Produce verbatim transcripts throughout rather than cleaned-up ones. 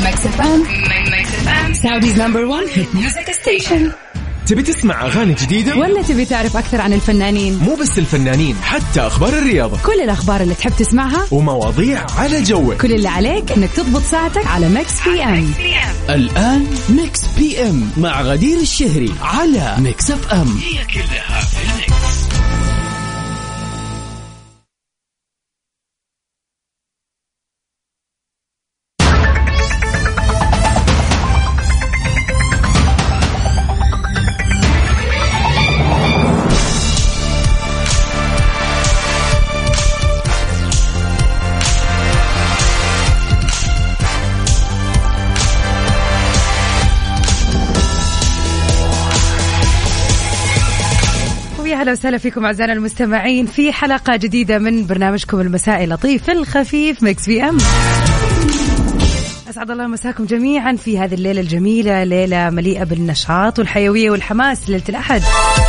Mix إف إم. Mix إف إم. Saudi's number one hit music station. تبي تسمع أغاني جديدة؟ ولا تبي تعرف أكثر عن الفنانين؟ مو بس الفنانين، حتى أخبار الرياضة. كل الأخبار اللي تحب تسمعها ومواضيع على جوك. كل اللي عليك إنك تضبط ساعتك على ميكس بي إم. الآن ميكس بي إم مع غدير الشهري على ميكس إف إم. هي كلها في الميكس. أهلا وسهلا فيكم أعزائنا المستمعين في حلقة جديدة من برنامجكم المسائي اللطيف الخفيف ميكس بي إم. أسعد الله مساكم جميعا في هذه الليلة الجميلة، ليلة مليئة بالنشاط والحيوية والحماس، ليلة الأحد.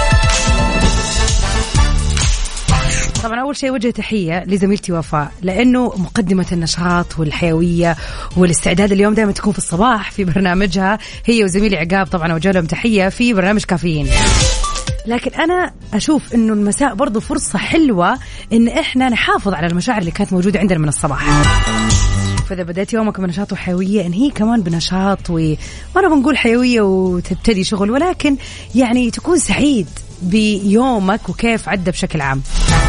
طبعا أول شيء وجه تحية لزميلتي وفاء، لأنه مقدمة النشاط والحيوية والاستعداد اليوم دائما تكون في الصباح في برنامجها، هي وزميلي عقاب. طبعا وجه لهم تحية في برنامج كافيين. لكن أنا أشوف إنه المساء برضو فرصة حلوة إن إحنا نحافظ على المشاعر اللي كانت موجودة عندنا من الصباح. فإذا بدأت يومك بنشاط وحيوية، انهي كمان بنشاط، وأنا بنقول حيوية وتبتدي شغل، ولكن يعني تكون سعيد بيومك وكيف عدى بشكل عام.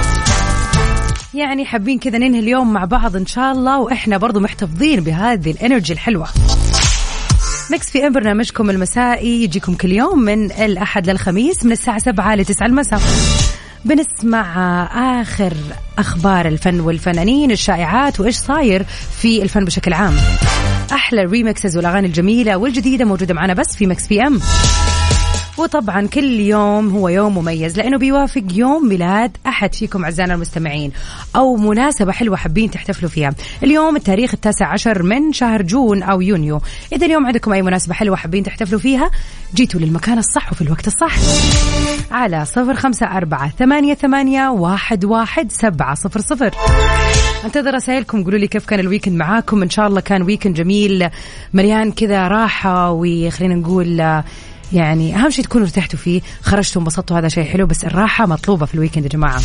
يعني حابين كذا ننهي اليوم مع بعض إن شاء الله، وإحنا برضو محتفظين بهذه الانرجي الحلوة. ميكس في ام برنامجكم المسائي يجيكم كل يوم من الأحد للخميس من الساعة سبعة لتسعة المساء. بنسمع آخر أخبار الفن والفنانين، الشائعات، وإيش صاير في الفن بشكل عام. أحلى الريمكسز والأغاني الجميلة والجديدة موجودة معنا بس في ميكس في ام. وطبعا كل يوم هو يوم مميز لأنه بيوافق يوم ميلاد أحد فيكم أعزائنا المستمعين، أو مناسبة حلوة حابين تحتفلوا فيها. اليوم التاريخ التاسع عشر من شهر جون أو يونيو. إذا اليوم عندكم أي مناسبة حلوة حابين تحتفلوا فيها، جيتوا للمكان الصح وفي الوقت الصح. على صفر خمسة أربعة ثمانية ثمانية واحد واحد سبعة صفر صفر. انتظر رسائلكم، قولوا لي كيف كان الويكند معاكم. إن شاء الله كان ويكند جميل مليان كذا راحة، وخلينا نقول يعني أهم شيء تكونوا ارتحتوا فيه، خرجتوا انبسطتوا، هذا شيء حلو. بس الراحة مطلوبة في الويكند يا جماعة.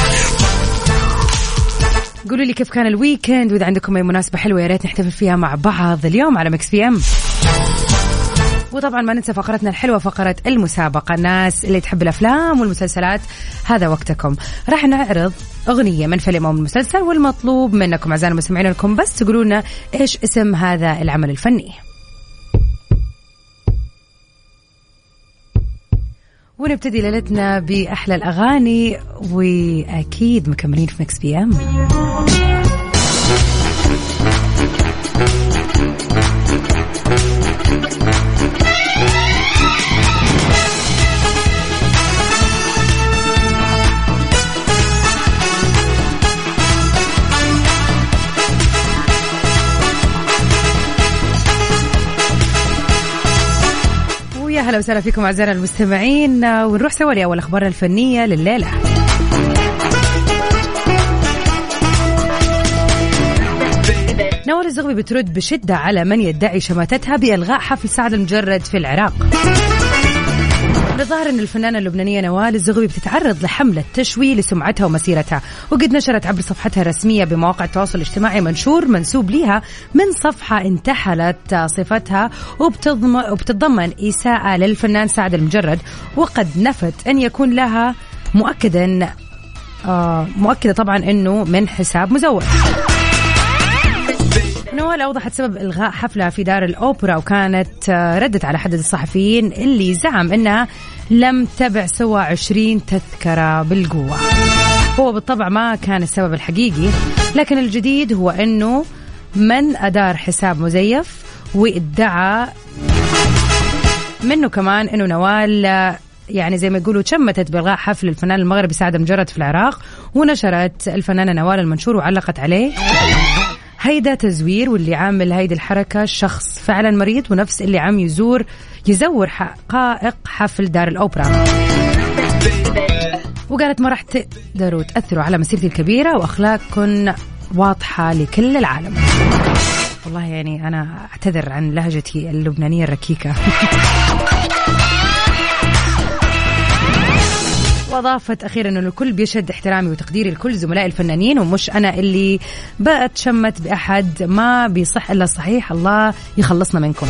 قولوا لي كيف كان الويكند، وإذا عندكم أي مناسبة حلوة يا ريت نحتفل فيها مع بعض اليوم على ميكس بي إم. وطبعا ما ننسى فقرتنا الحلوة، فقرة المسابقة. الناس اللي تحب الأفلام والمسلسلات هذا وقتكم. راح نعرض أغنية من فيلم أو من مسلسل، والمطلوب منكم أعزائنا المستمعين لكم بس تقولوا لنا إيش اسم هذا العمل الفني. ونبتدي ليلتنا بأحلى الأغاني، وأكيد مكملين في ميكس بي إم. هلا وسهلا فيكم أعزائنا المستمعين، ونروح سوا لأول أخبارنا الفنية لليلة. نوال الزغبي بترد بشدة على من يدعي شماتتها بإلغاء حفل سعد المجرد في العراق. الظاهر أن الفنانة اللبنانية نوال الزغبي بتتعرض لحملة تشويه لسمعتها ومسيرتها، وقد نشرت عبر صفحتها الرسمية بمواقع التواصل الاجتماعي منشور منسوب لها من صفحة انتحلت صفتها وبتتضمن إساءة للفنان سعد المجرد، وقد نفت أن يكون لها مؤكدا آه مؤكدة طبعا أنه من حساب مزور. نوال أوضحت سبب إلغاء حفلها في دار الأوبرا، وكانت ردت على حدث الصحفيين اللي زعم أنها لم تبع سوى عشرين تذكرة بالقوة. هو بالطبع ما كان السبب الحقيقي، لكن الجديد هو أنه من أدار حساب مزيف، وادعى منه كمان أنه نوال يعني زي ما يقولوا شمتت بإلغاء حفل الفنان المغربي سعد المجرد في العراق. ونشرت الفنانة نوال المنشور وعلقت عليه: هيدا تزوير، واللي عامل هيدي الحركة شخص فعلا مريض، ونفس اللي عم يزور يزور حقائق حفل دار الأوبرا. وقالت: ما راح تقدروا تأثروا على مسيرتي الكبيرة، وأخلاقكم واضحة لكل العالم. والله يعني أنا أعتذر عن لهجتي اللبنانية الركيكة. وأضافت أخيرا أنه الكل بيشهد احترامي وتقديري لكل زملائي الفنانين، ومش أنا اللي بأتشمت بأحد، ما بيصح إلا الصحيح، الله يخلصنا منكم.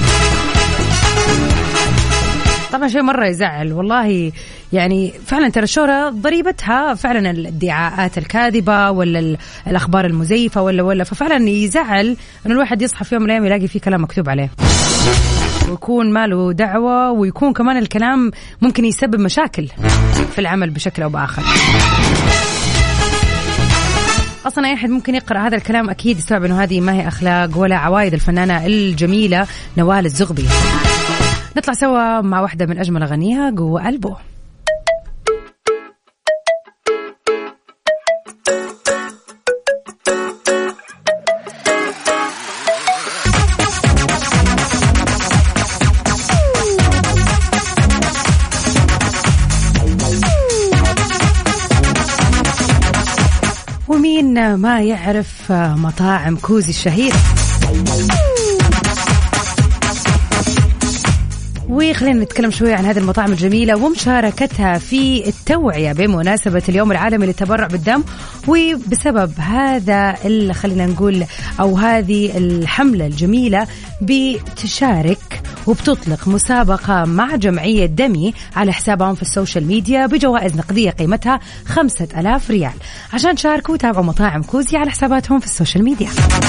طبعا شيء مرة يزعل والله، يعني فعلا ترى الشهرة ضريبتها فعلا الادعاءات الكاذبة ولا الأخبار المزيفة ولا ولا ففعلا يزعل أن الواحد يصحى في يوم من الأيام يلاقي فيه كلام مكتوب عليه ويكون ماله دعوة، ويكون كمان الكلام ممكن يسبب مشاكل في العمل بشكل أو بآخر. أصلا أي أحد ممكن يقرأ هذا الكلام أكيد يستوعب أنه هذه ما هي أخلاق ولا عوايد الفنانة الجميلة نوال الزغبي. نطلع سوا مع واحدة من أجمل أغانيها، جوا قلبه. ومين ما يعرف مطاعم كوزي الشهيرة؟ وخلينا نتكلم شوية عن هذه المطاعم الجميلة ومشاركتها في التوعية بمناسبة اليوم العالمي للتبرع بالدم. وبسبب هذا اللي خلينا نقول أو هذه الحملة الجميلة بتشارك وبتطلق مسابقة مع جمعية دمي على حسابهم في السوشيال ميديا بجوائز نقدية قيمتها خمسة آلاف ريال. عشان تشاركوا تابعوا مطاعم كوزي على حساباتهم في السوشيال ميديا.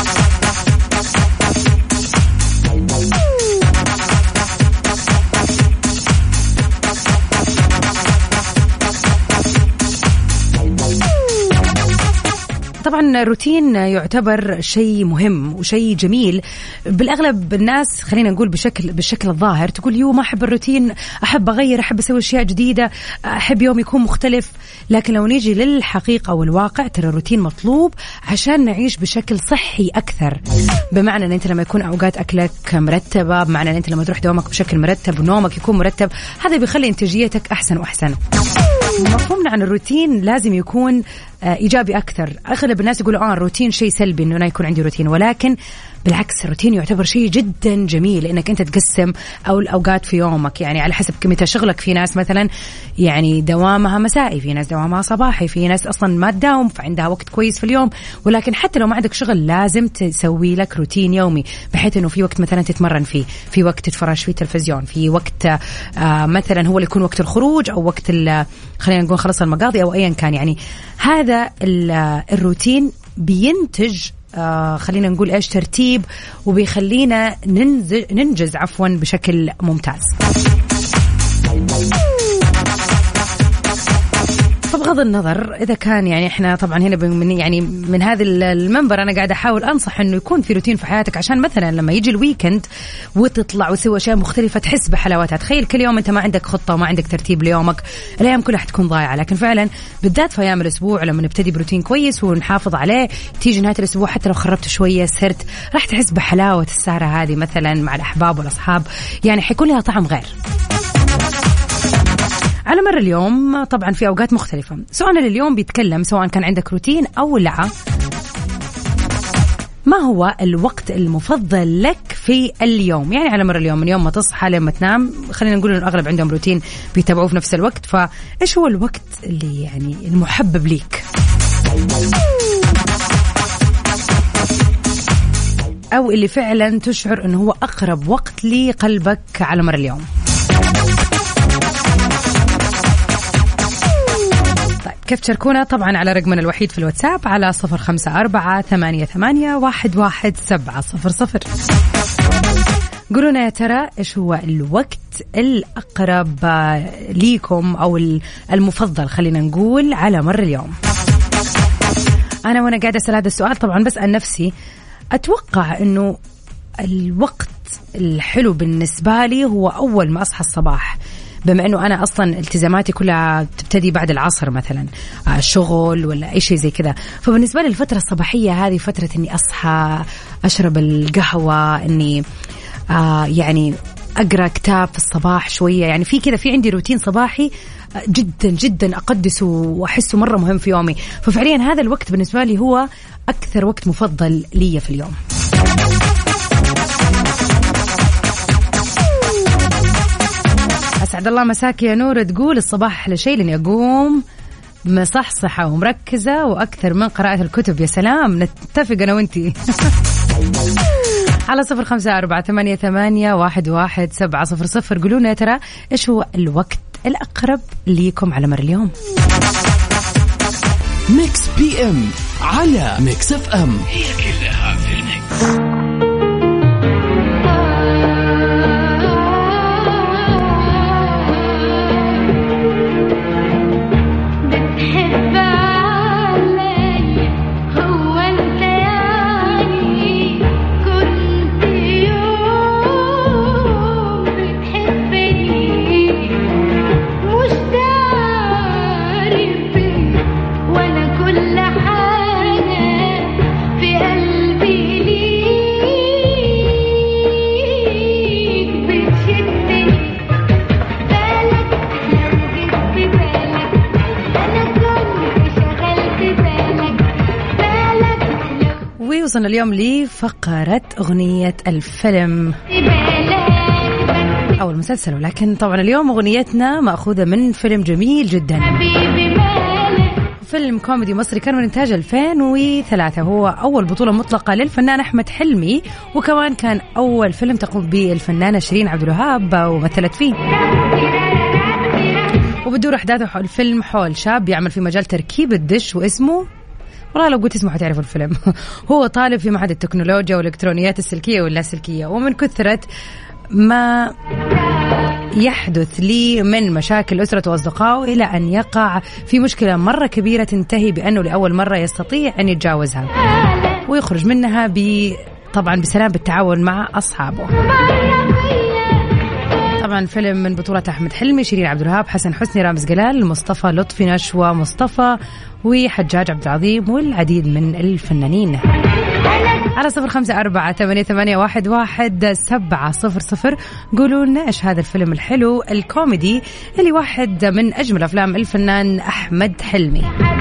طبعا الروتين يعتبر شيء مهم وشيء جميل. بالأغلب الناس خلينا نقول بشكل بالشكل الظاهر تقول يو ما أحب الروتين، أحب أغير، أحب أسوي أشياء جديدة، أحب يوم يكون مختلف. لكن لو نيجي للحقيقة والواقع ترى الروتين مطلوب عشان نعيش بشكل صحي أكثر. بمعنى أن أنت لما يكون أوقات أكلك مرتبة، بمعنى أن أنت لما تروح دوامك بشكل مرتب ونومك يكون مرتب، هذا بيخلي إنتاجيتك أحسن وأحسن. مفهومنا عن الروتين لازم يكون إيجابي أكثر. أغلب الناس يقولوا آه الروتين شيء سلبي إنه أنا يكون عندي روتين، ولكن بالعكس الروتين يعتبر شيء جدا جميل إنك أنت تقسم أو الأوقات في يومك، يعني على حسب كمية شغلك. في ناس مثلا يعني دوامها مسائي، في ناس دوامها صباحي، في ناس أصلا ما تداوم فعندها وقت كويس في اليوم. ولكن حتى لو ما عندك شغل لازم تسوي لك روتين يومي، بحيث إنه في وقت مثلا تتمرن فيه، في وقت تتفرج فيه تلفزيون، في وقت آه مثلا هو اللي يكون وقت الخروج أو وقت خلينا نقول خلص المقاضي أو أيا كان. يعني هذا الروتين بينتج آه خلينا نقول إيش ترتيب، وبيخلينا ننجز عفوا بشكل ممتاز. بغض النظر إذا كان يعني إحنا طبعا هنا من يعني من هذا المنبر أنا قاعدة أحاول أنصح إنه يكون في روتين في حياتك، عشان مثلا لما يجي الويكند وتطلع وتسوي أشياء مختلفة تحس بحلاوتها. تخيل كل يوم أنت ما عندك خطة وما عندك ترتيب ليومك، الأيام كلها حتكون ضايعة. لكن فعلا بالذات في أيام الأسبوع لما نبتدي بروتين كويس ونحافظ عليه، تيجي نهاية الأسبوع حتى لو خربت شوية سرت راح تحس بحلاوة السهرة هذه مثلا مع الأحباب والأصحاب، يعني حيكون لها طعم غير. على مر اليوم طبعا في أوقات مختلفة. سؤالنا لليوم بيتكلم سواء كان عندك روتين أو لا، ما هو الوقت المفضل لك في اليوم؟ يعني على مر اليوم من يوم ما تصحى لما تنام، خلينا نقول إنه الأغلب عندهم روتين بيتابعوه في نفس الوقت، فإيش هو الوقت اللي يعني المحبب ليك أو اللي فعلا تشعر إنه هو أقرب وقت لقلبك على مر اليوم؟ كيف تشاركونا؟ طبعا على رقمنا الوحيد في الواتساب على صفر خمسة أربعة ثمانية ثمانية واحد واحد سبعة صفر صفر. قولونا يا ترى إيش هو الوقت الأقرب ليكم أو المفضل خلينا نقول على مر اليوم. أنا وأنا قاعدة أسأل هذا السؤال طبعا بسأل نفسي، أتوقع أنه الوقت الحلو بالنسبة لي هو أول ما أصحى الصباح، بما أنه أنا أصلا التزاماتي كلها تبتدي بعد العصر مثلا شغل ولا أي شيء زي كذا. فبالنسبة لي الفترة الصباحية هذه فترة أني أصحى أشرب القهوة، أني آه يعني أقرأ كتاب في الصباح شوية، يعني في كذا في عندي روتين صباحي جدا جدا أقدسه وأحسه مرة مهم في يومي. ففعليا هذا الوقت بالنسبة لي هو أكثر وقت مفضل لي في اليوم. يسعد الله مساك يا نور. تقول الصباح أحلى شيء لأني أقوم مصحصحة ومركزة وأكثر من قراءة الكتب. يا سلام، نتفق أنا وإنتي. على صفر خمسة أربعة ثمانية ثمانية واحد واحد سبعة صفر صفر قولونا يا ترى إيش هو الوقت الأقرب ليكم على مر اليوم. ميكس بي ام على ميكس اف ام، هي كلها في الميكس. وصلنا اليوم لفقرة أغنية الفيلم أو المسلسل، ولكن طبعا اليوم أغنيتنا مأخوذة من فيلم جميل جدا، فيلم كوميدي مصري كان من إنتاج ألفين وثلاثة. هو أول بطولة مطلقة للفنان أحمد حلمي، وكمان كان أول فيلم تقوم به الفنانة شيرين عبد الوهاب ومثلت فيه. وبدور أحداثه الفيلم حول شاب يعمل في مجال تركيب الدش واسمه، والله لو قلت اسمه حتعرفوا الفيلم. هو طالب في معهد التكنولوجيا والإلكترونيات السلكية واللاسلكية، ومن كثرة ما يحدث لي من مشاكل أسرة وأصدقائه إلى أن يقع في مشكلة مرة كبيرة تنتهي بأنه لأول مرة يستطيع أن يتجاوزها ويخرج منها ب طبعا بسلام بالتعاون مع أصحابه. طبعا فيلم من بطولة أحمد حلمي، شيرين عبد الوهاب، حسن حسني، رامز جلال، مصطفى لطفي، نشوى مصطفى، وحجاج عبد العظيم، والعديد من الفنانين. على صفر خمسة أربعة ثمانية ثمانية واحد واحد سبعة صفر صفر قولوا لنا إيش هذا الفيلم الحلو الكوميدي اللي واحد من أجمل أفلام الفنان أحمد حلمي.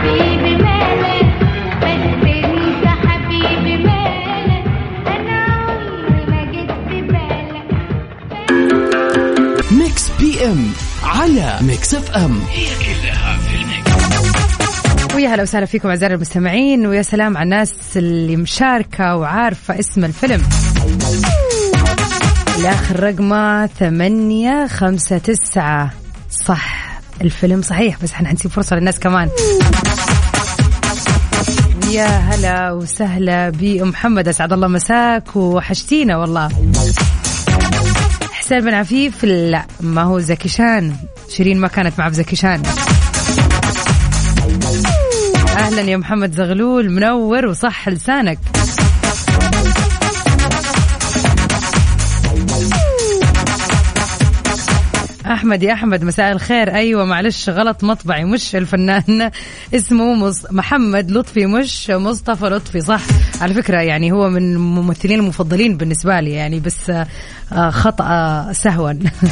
ميكس بي ام على ميكس اف ام، هي كلها في الميكس. ويا هلا وسهلا فيكم أعزائي المستمعين، ويا سلام على الناس اللي مشاركة وعارفة اسم الفيلم. الآخر رقمه ثمانية خمسة تسعة. صح، الفيلم صحيح، بس احنا هنسيب فرصة للناس كمان. يا هلا وسهلا بأم محمد، أسعد الله مساك وحشتينا والله. حسين بن عفيف، لا ما هو زكي شان، شيرين ما كانت معه بزكي شان. أهلا يا محمد زغلول، منور وصح لسانك. أحمد يا أحمد مساء الخير. أيوة معلش غلط مطبعي، مش الفنان اسمه مص... محمد لطفي مش مصطفى لطفي. صح على فكرة، يعني هو من الممثلين المفضلين بالنسبة لي يعني، بس خطأ سهوا.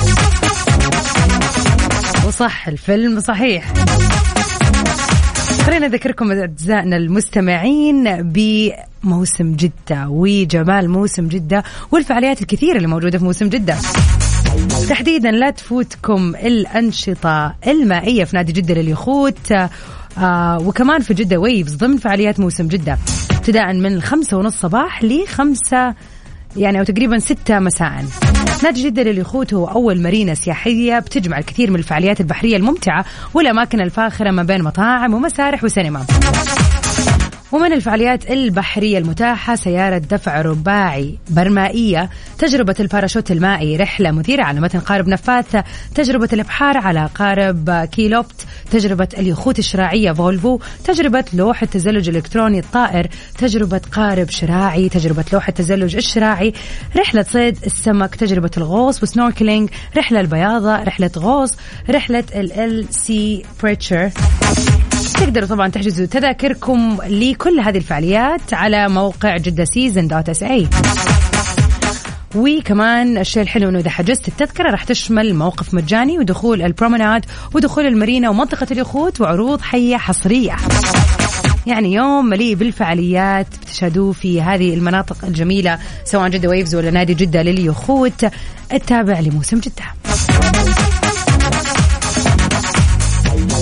وصح الفيلم صحيح. خلينا نذكركم أعزائنا المستمعين بموسم جدة وجمال موسم جدة والفعاليات الكثيرة اللي موجودة في موسم جدة. تحديدا لا تفوتكم الأنشطة المائية في نادي جدة لليخوت، آه وكمان في جدة ويفز ضمن فعاليات موسم جدة، ابتداء من الخمسة ونص صباح لخمسة يعني أو تقريبا ستة مساء. نادي جدة لليخوت هو أول مارينا سياحية بتجمع الكثير من الفعاليات البحرية الممتعة والأماكن الفاخرة ما بين مطاعم ومسارح وسينما. ومن الفعاليات البحرية المتاحة سيارة دفع رباعي برمائية، تجربة الباراشوت المائي، رحلة مثيرة على متن قارب نفاث، تجربة الإبحار على قارب كيلوبت، تجربة اليخوت الشراعية فولفو، تجربة لوح التزلج الإلكتروني الطائر، تجربة قارب شراعي، تجربة لوح التزلج الشراعي، رحلة صيد السمك، تجربة الغوص وسنوركلينج، رحلة البياضة، رحلة غوص، رحلة ال سي بريتشر. تقدروا طبعا تحجزوا تذاكركم لكل هذه الفعاليات على موقع جدة سيزن دوت اس اي. وكمان الشيء الحلو انه اذا حجزت التذكره راح تشمل موقف مجاني ودخول البرومناد ودخول المارينا ومنطقه اليخوت وعروض حيه حصريه. يعني يوم مليء بالفعاليات بتشاهدوه في هذه المناطق الجميله سواء جدة ويفز ولا نادي جدة لليخوت التابع لموسم جدة.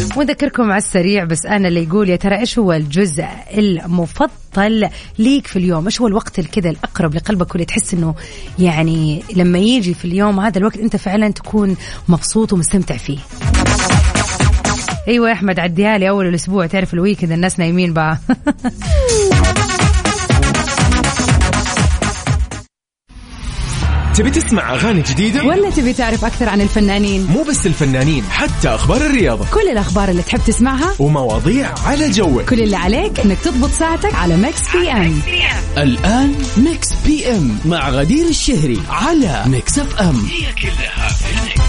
ونذكركم على السريع بس أنا اللي يقول يا ترى إيش هو الجزء المفضل ليك في اليوم؟ إيش هو الوقت الكذا الأقرب لقلبك واللي تحس إنه يعني لما يجي في اليوم هذا الوقت أنت فعلا تكون مبسوط ومستمتع فيه؟ أيوة يا أحمد عديها لي أول الأسبوع، تعرف الويكند الناس نايمين بقى. تبي تسمع أغاني جديدة؟ ولا تبي تعرف أكثر عن الفنانين؟ مو بس الفنانين، حتى أخبار الرياضة، كل الأخبار اللي تحب تسمعها ومواضيع على جوك. كل اللي عليك إنك تضبط ساعتك على ميكس بي أم. الآن ميكس بي أم مع غدير الشهري على ميكس اف ام. هي كلها في الميكس.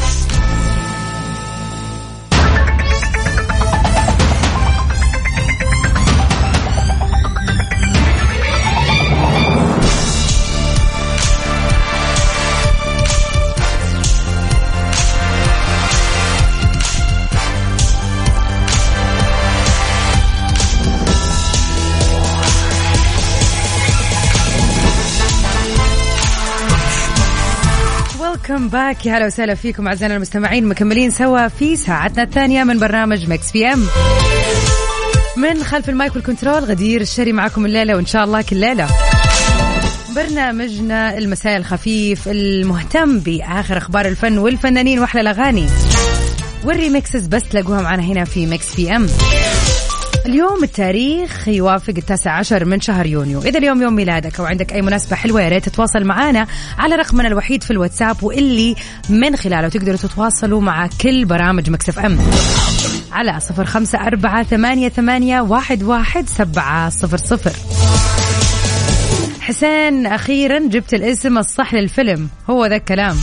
ويلكم باك، يا هلا وسهلا فيكم أعزائنا المستمعين، مكملين سوا في ساعتنا الثانية من برنامج ميكس بي ام. من خلف المايك والكنترول غدير الشهري معكم الليلة وإن شاء الله كل ليلة. برنامجنا المساء الخفيف المهتم بآخر أخبار الفن والفنانين وأحلى الأغاني والريمكسز، بس تلاقوها معنا هنا في ميكس بي ام. اليوم التاريخ يوافق التاسع عشر من شهر يونيو. إذا اليوم يوم ميلادك أو عندك أي مناسبة حلوة يا ريت تتواصل معنا على رقمنا الوحيد في الواتساب، واللي من خلاله تقدروا تتواصلوا مع كل برامج ميكس اف ام على صفر خمسة أربعة ثمانية ثمانية واحد واحد سبعة صفر صفر. حسين أخيرا جبت الاسم الصح للفيلم، هو ذا الكلام.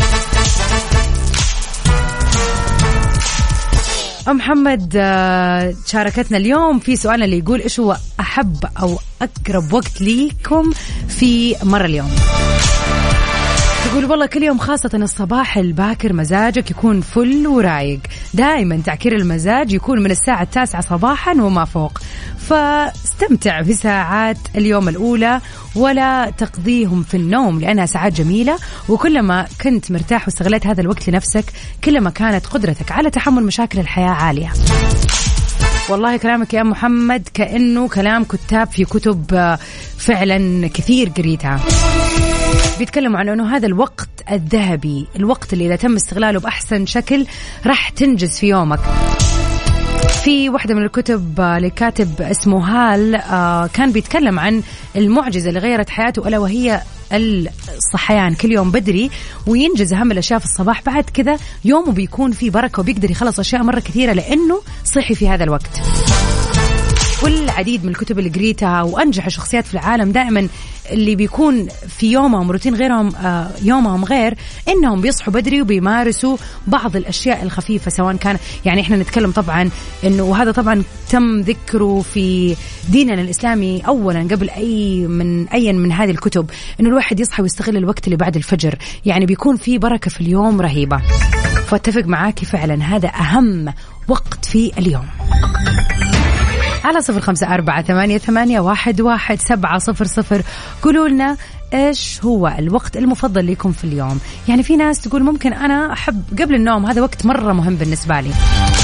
أم محمد شاركتنا اليوم في سؤالنا اللي يقول إيش هو أحب أو أقرب وقت ليكم في مر اليوم. تقول والله كل يوم خاصة الصباح الباكر مزاجك يكون فل ورايق، دائما تعكير المزاج يكون من الساعة التاسعة صباحا وما فوق، فاستمتع بساعات اليوم الأولى ولا تقضيهم في النوم لأنها ساعات جميلة، وكلما كنت مرتاح واستغلت هذا الوقت لنفسك كلما كانت قدرتك على تحمل مشاكل الحياة عالية. والله كلامك يا أم محمد كأنه كلام كتاب في كتب فعلا كثير قريتها، بيتكلموا عن أنه هذا الوقت الذهبي، الوقت اللي إذا تم استغلاله بأحسن شكل راح تنجز في يومك. في واحدة من الكتب لكاتب اسمه هال كان بيتكلم عن المعجزة اللي غيرت حياته، ألا وهي الصحيان كل يوم بدري وينجز أهم الأشياء في الصباح، بعد كذا يومه بيكون فيه بركة وبيقدر يخلص أشياء مرة كثيرة لأنه صحي في هذا الوقت. والعديد من الكتب اللي قريتها وأنجح الشخصيات في العالم دائما اللي بيكون في يومهم روتين غيرهم آه يومهم غير، إنهم بيصحوا بدري وبيمارسوا بعض الأشياء الخفيفة، سواء كان يعني إحنا نتكلم طبعا إنه وهذا طبعا تم ذكره في ديننا الإسلامي أولا قبل أي من أي من هذه الكتب، إنه الواحد يصحى ويستغل الوقت اللي بعد الفجر، يعني بيكون في بركة في اليوم رهيبة. فاتفق معاكي فعلا هذا أهم وقت في اليوم. على صفر خمسة أربعة ثمانية ثمانية واحد واحد سبعة صفر صفر قولوا لنا إيش هو الوقت المفضل لكم في اليوم. يعني في ناس تقول ممكن أنا أحب قبل النوم، هذا وقت مرة مهم بالنسبة لي.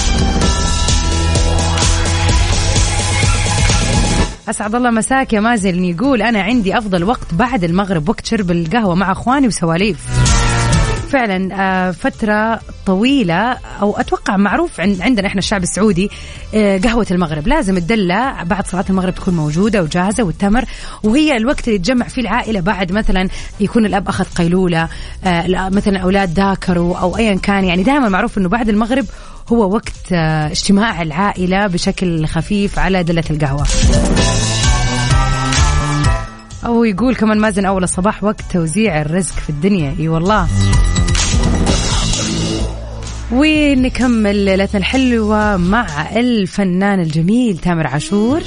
أسعد الله مساك يا مازن، يقول أنا عندي أفضل وقت بعد المغرب، وقت شرب القهوة مع أخواني وسواليف. فعلا فترة طويلة أو أتوقع معروف عندنا إحنا الشعب السعودي قهوة المغرب لازم تدلع بعد صلاة المغرب تكون موجودة وجاهزة، والتمر، وهي الوقت اللي تجمع فيه العائلة بعد مثلا يكون الأب أخذ قيلولة، مثلا الأولاد ذاكروا أو أيا كان، يعني دائما معروف إنه بعد المغرب هو وقت اجتماع العائلة بشكل خفيف على دلة القهوة. أو يقول كمان مازن أول الصباح وقت توزيع الرزق في الدنيا. إي والله. ونكمل ليلتنا الحلوة مع الفنان الجميل تامر عاشور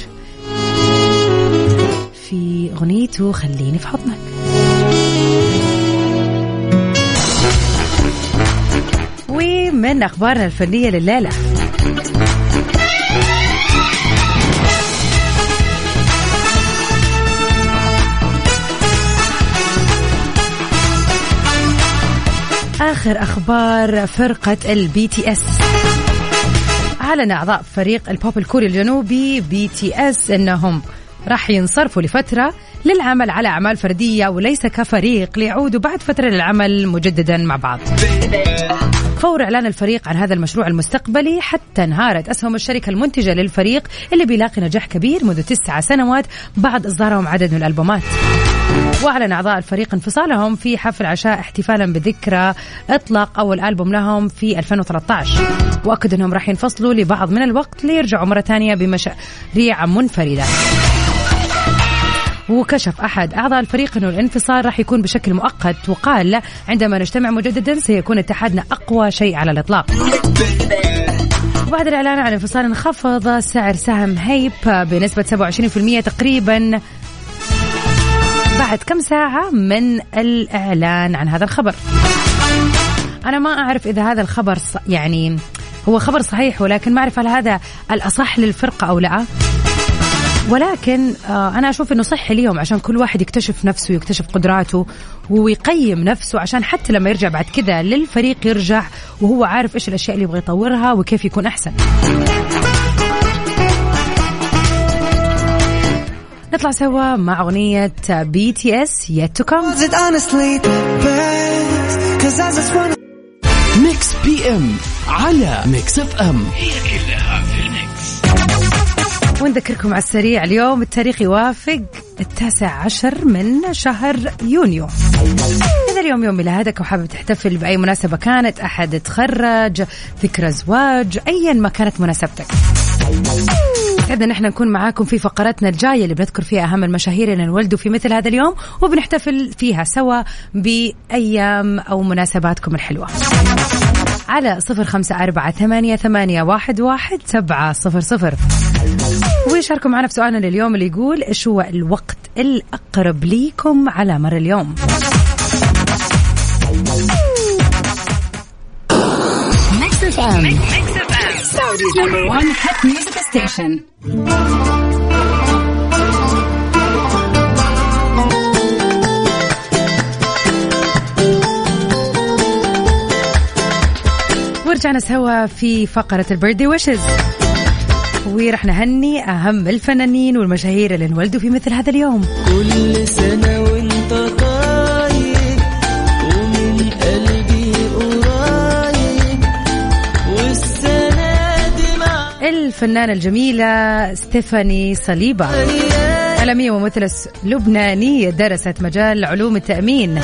في أغنيته خليني في حضنك. ومن أخبارنا الفنية لليلة، آخر أخبار فرقة البي تي اس. أعلن أعضاء فريق البوب الكوري الجنوبي بي تي اس أنهم راح ينصرفوا لفترة للعمل على أعمال فردية وليس كفريق، ليعودوا بعد فترة للعمل مجددا مع بعض. فور إعلان الفريق عن هذا المشروع المستقبلي حتى انهارت أسهم الشركة المنتجة للفريق اللي بيلاقي نجاح كبير منذ تسع سنوات بعد إصدارهم عدد من الألبومات. وأعلن أعضاء الفريق انفصالهم في حفل عشاء احتفالا بذكرى إطلاق أول ألبوم لهم في ألفين وثلاثة عشر، وأكد أنهم راح ينفصلوا لبعض من الوقت ليرجعوا مرة ثانية بمشاريع منفردة. وكشف أحد أعضاء الفريق أنه الانفصال راح يكون بشكل مؤقت، وقال عندما نجتمع مجددا سيكون اتحادنا أقوى شيء على الإطلاق. وبعد الإعلان عن الانفصال انخفض سعر سهم هيب بنسبة سبعة وعشرين بالمئة تقريبا بعد كم ساعة من الإعلان عن هذا الخبر. أنا ما أعرف إذا هذا الخبر يعني هو خبر صحيح، ولكن ما أعرف هل هذا الأصح للفرقة أو لا، ولكن أنا أشوف أنه صحي اليوم عشان كل واحد يكتشف نفسه ويكتشف قدراته ويقيم نفسه، عشان حتى لما يرجع بعد كذا للفريق يرجع وهو عارف إيش الأشياء اللي يبغى يطورها وكيف يكون أحسن. نطلع سوا مع أغنية بي تي اس Yet to Come. ميكس بي ام على ميكس اف ام، هي كلها في الميكس. ونذكركم على السريع اليوم التاريخ يوافق التاسع عشر من شهر يونيو. إذا اليوم يوم ميلادك وحابب تحتفل بأي مناسبة كانت، أحد تخرج، ذكرى زواج، أيا ما كانت مناسبتك، سعدنا نحن نكون معاكم في فقرتنا الجاية اللي بنذكر فيها أهم المشاهير اللي انولدوا في مثل هذا اليوم، وبنحتفل فيها سوا بأيام أو مناسباتكم الحلوة على صفر خمسة أربعة ثمانية ثمانية واحد واحد سبعة صفر صفر. ويشاركوا معنا في سؤالنا لليوم اللي يقول إيش هو الوقت الأقرب ليكم على مر اليوم. ميكس اف ام Saudi's number one hit music station. ورجعنا سوا في فقرة البيرثدي ويشز، ورح نهني أهم الفنانين والمشاهير اللي انولدوا في مثل هذا اليوم. كل سنة وانت طيب ومن قلبي قريب، والسنة دي مع الفنانة الجميلة ستيفاني صليبة، عالمية وممثلة لبنانية درست مجال علوم التأمين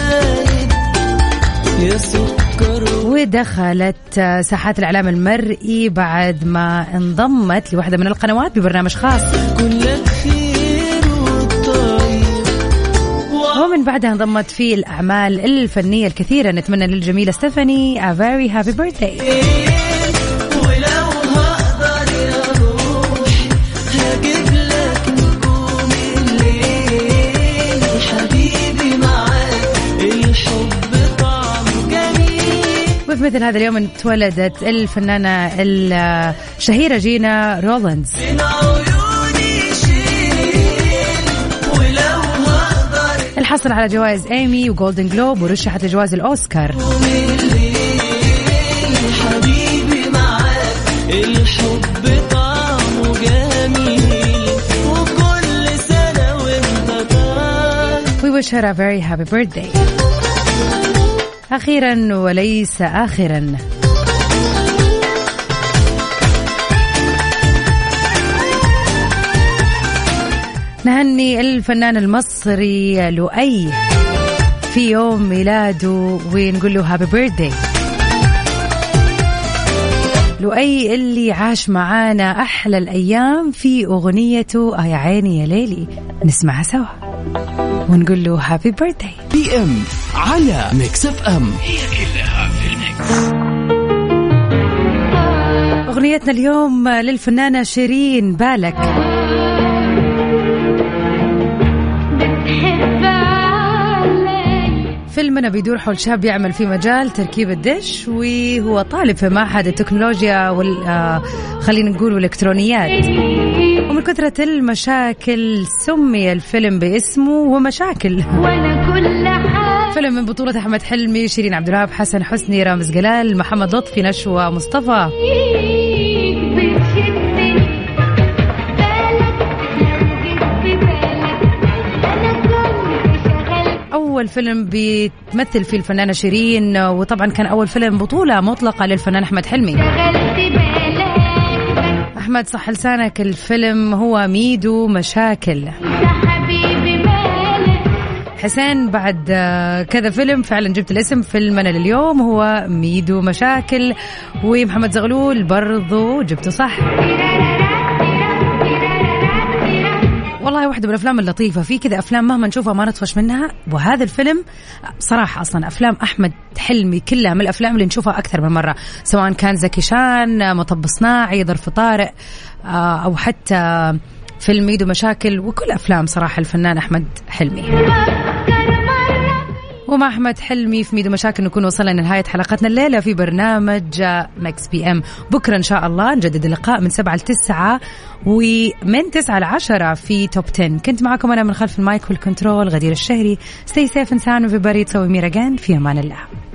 يا سكر، ودخلت ساحات الإعلام المرئي بعد ما انضمت لواحدة من القنوات ببرنامج خاص، كلك خير والطيب، ومن بعدها انضمت في الأعمال الفنية الكثيرة. نتمنى للجميلة ستيفاني a very happy birthday. ولو هقدر يا روحي هجيب لك نجوم الليل، حبيبي معاك الحب طعمه جميل. وفي مثل هذا اليوم اتولدت الفنانة الشهيرة جينا رولينز، من عيوني شيل، ولو هقدر الحصل على جوائز ايمي وجولدن جلوب ورشحت لجوائز الأوسكار. حبيبي معاك الحب طعمه جميل، وكل سنة وانت طيب. We wish her a very happy birthday. أخيرا وليس آخرا، نهني الفنان المصري لؤي في يوم ميلاده ونقول له هابي بيرثدي. لؤي اللي عاش معانا أحلى الأيام في أغنيته آه يا عيني يا ليلي، نسمعها سوا ونقول له هابي بيرثدي. بي ام على ميكس اف ام، هي كلها في الميكس. أغنيتنا اليوم للفنانة شيرين بالك. فيلمنا بيدور حول شاب يعمل في مجال تركيب الدش، وهو طالب في معهد التكنولوجيا وال آه خلينا نقول والإلكترونيات، ومن كثرة المشاكل سمي الفيلم باسمه ومشاكل. فيلم من بطولة أحمد حلمي، شيرين عبد الوهاب، حسن حسني، رامز جلال، محمد لطفي، نشوى مصطفى. أول فيلم بتمثل فيه الفنانة شيرين، وطبعا كان أول فيلم بطولة مطلقة للفنان أحمد حلمي. أحمد صح لسانك، الفيلم هو ميدو مشاكل. حسين بعد كذا فيلم فعلا جبت الاسم، فيلمنا لليوم هو ميدو مشاكل. ومحمد زغلول برضو جبته صح. والله واحدة من الأفلام اللطيفة، في كذا أفلام مهما نشوفها ما نطفش منها، وهذا الفيلم صراحة أصلا أفلام أحمد حلمي كلها من الأفلام اللي نشوفها أكثر من مرة، سواء كان زكي شان، مطب صناعي، ظرف طارق، أو حتى فيلم ميدو مشاكل، وكل أفلام صراحة الفنان أحمد حلمي. ومع أحمد حلمي في ميدو مشاكل نكون وصلنا لنهاية حلقتنا الليلة في برنامج مكس بي ام. بكرة إن شاء الله نجدد اللقاء من سبعة لتسعة ومن تسعة لعشرة في توب عشرة. كنت معكم أنا من خلف المايك والكنترول غدير الشهري. stay safe and sound everybody. تسوي ميرا جان في أمان الله.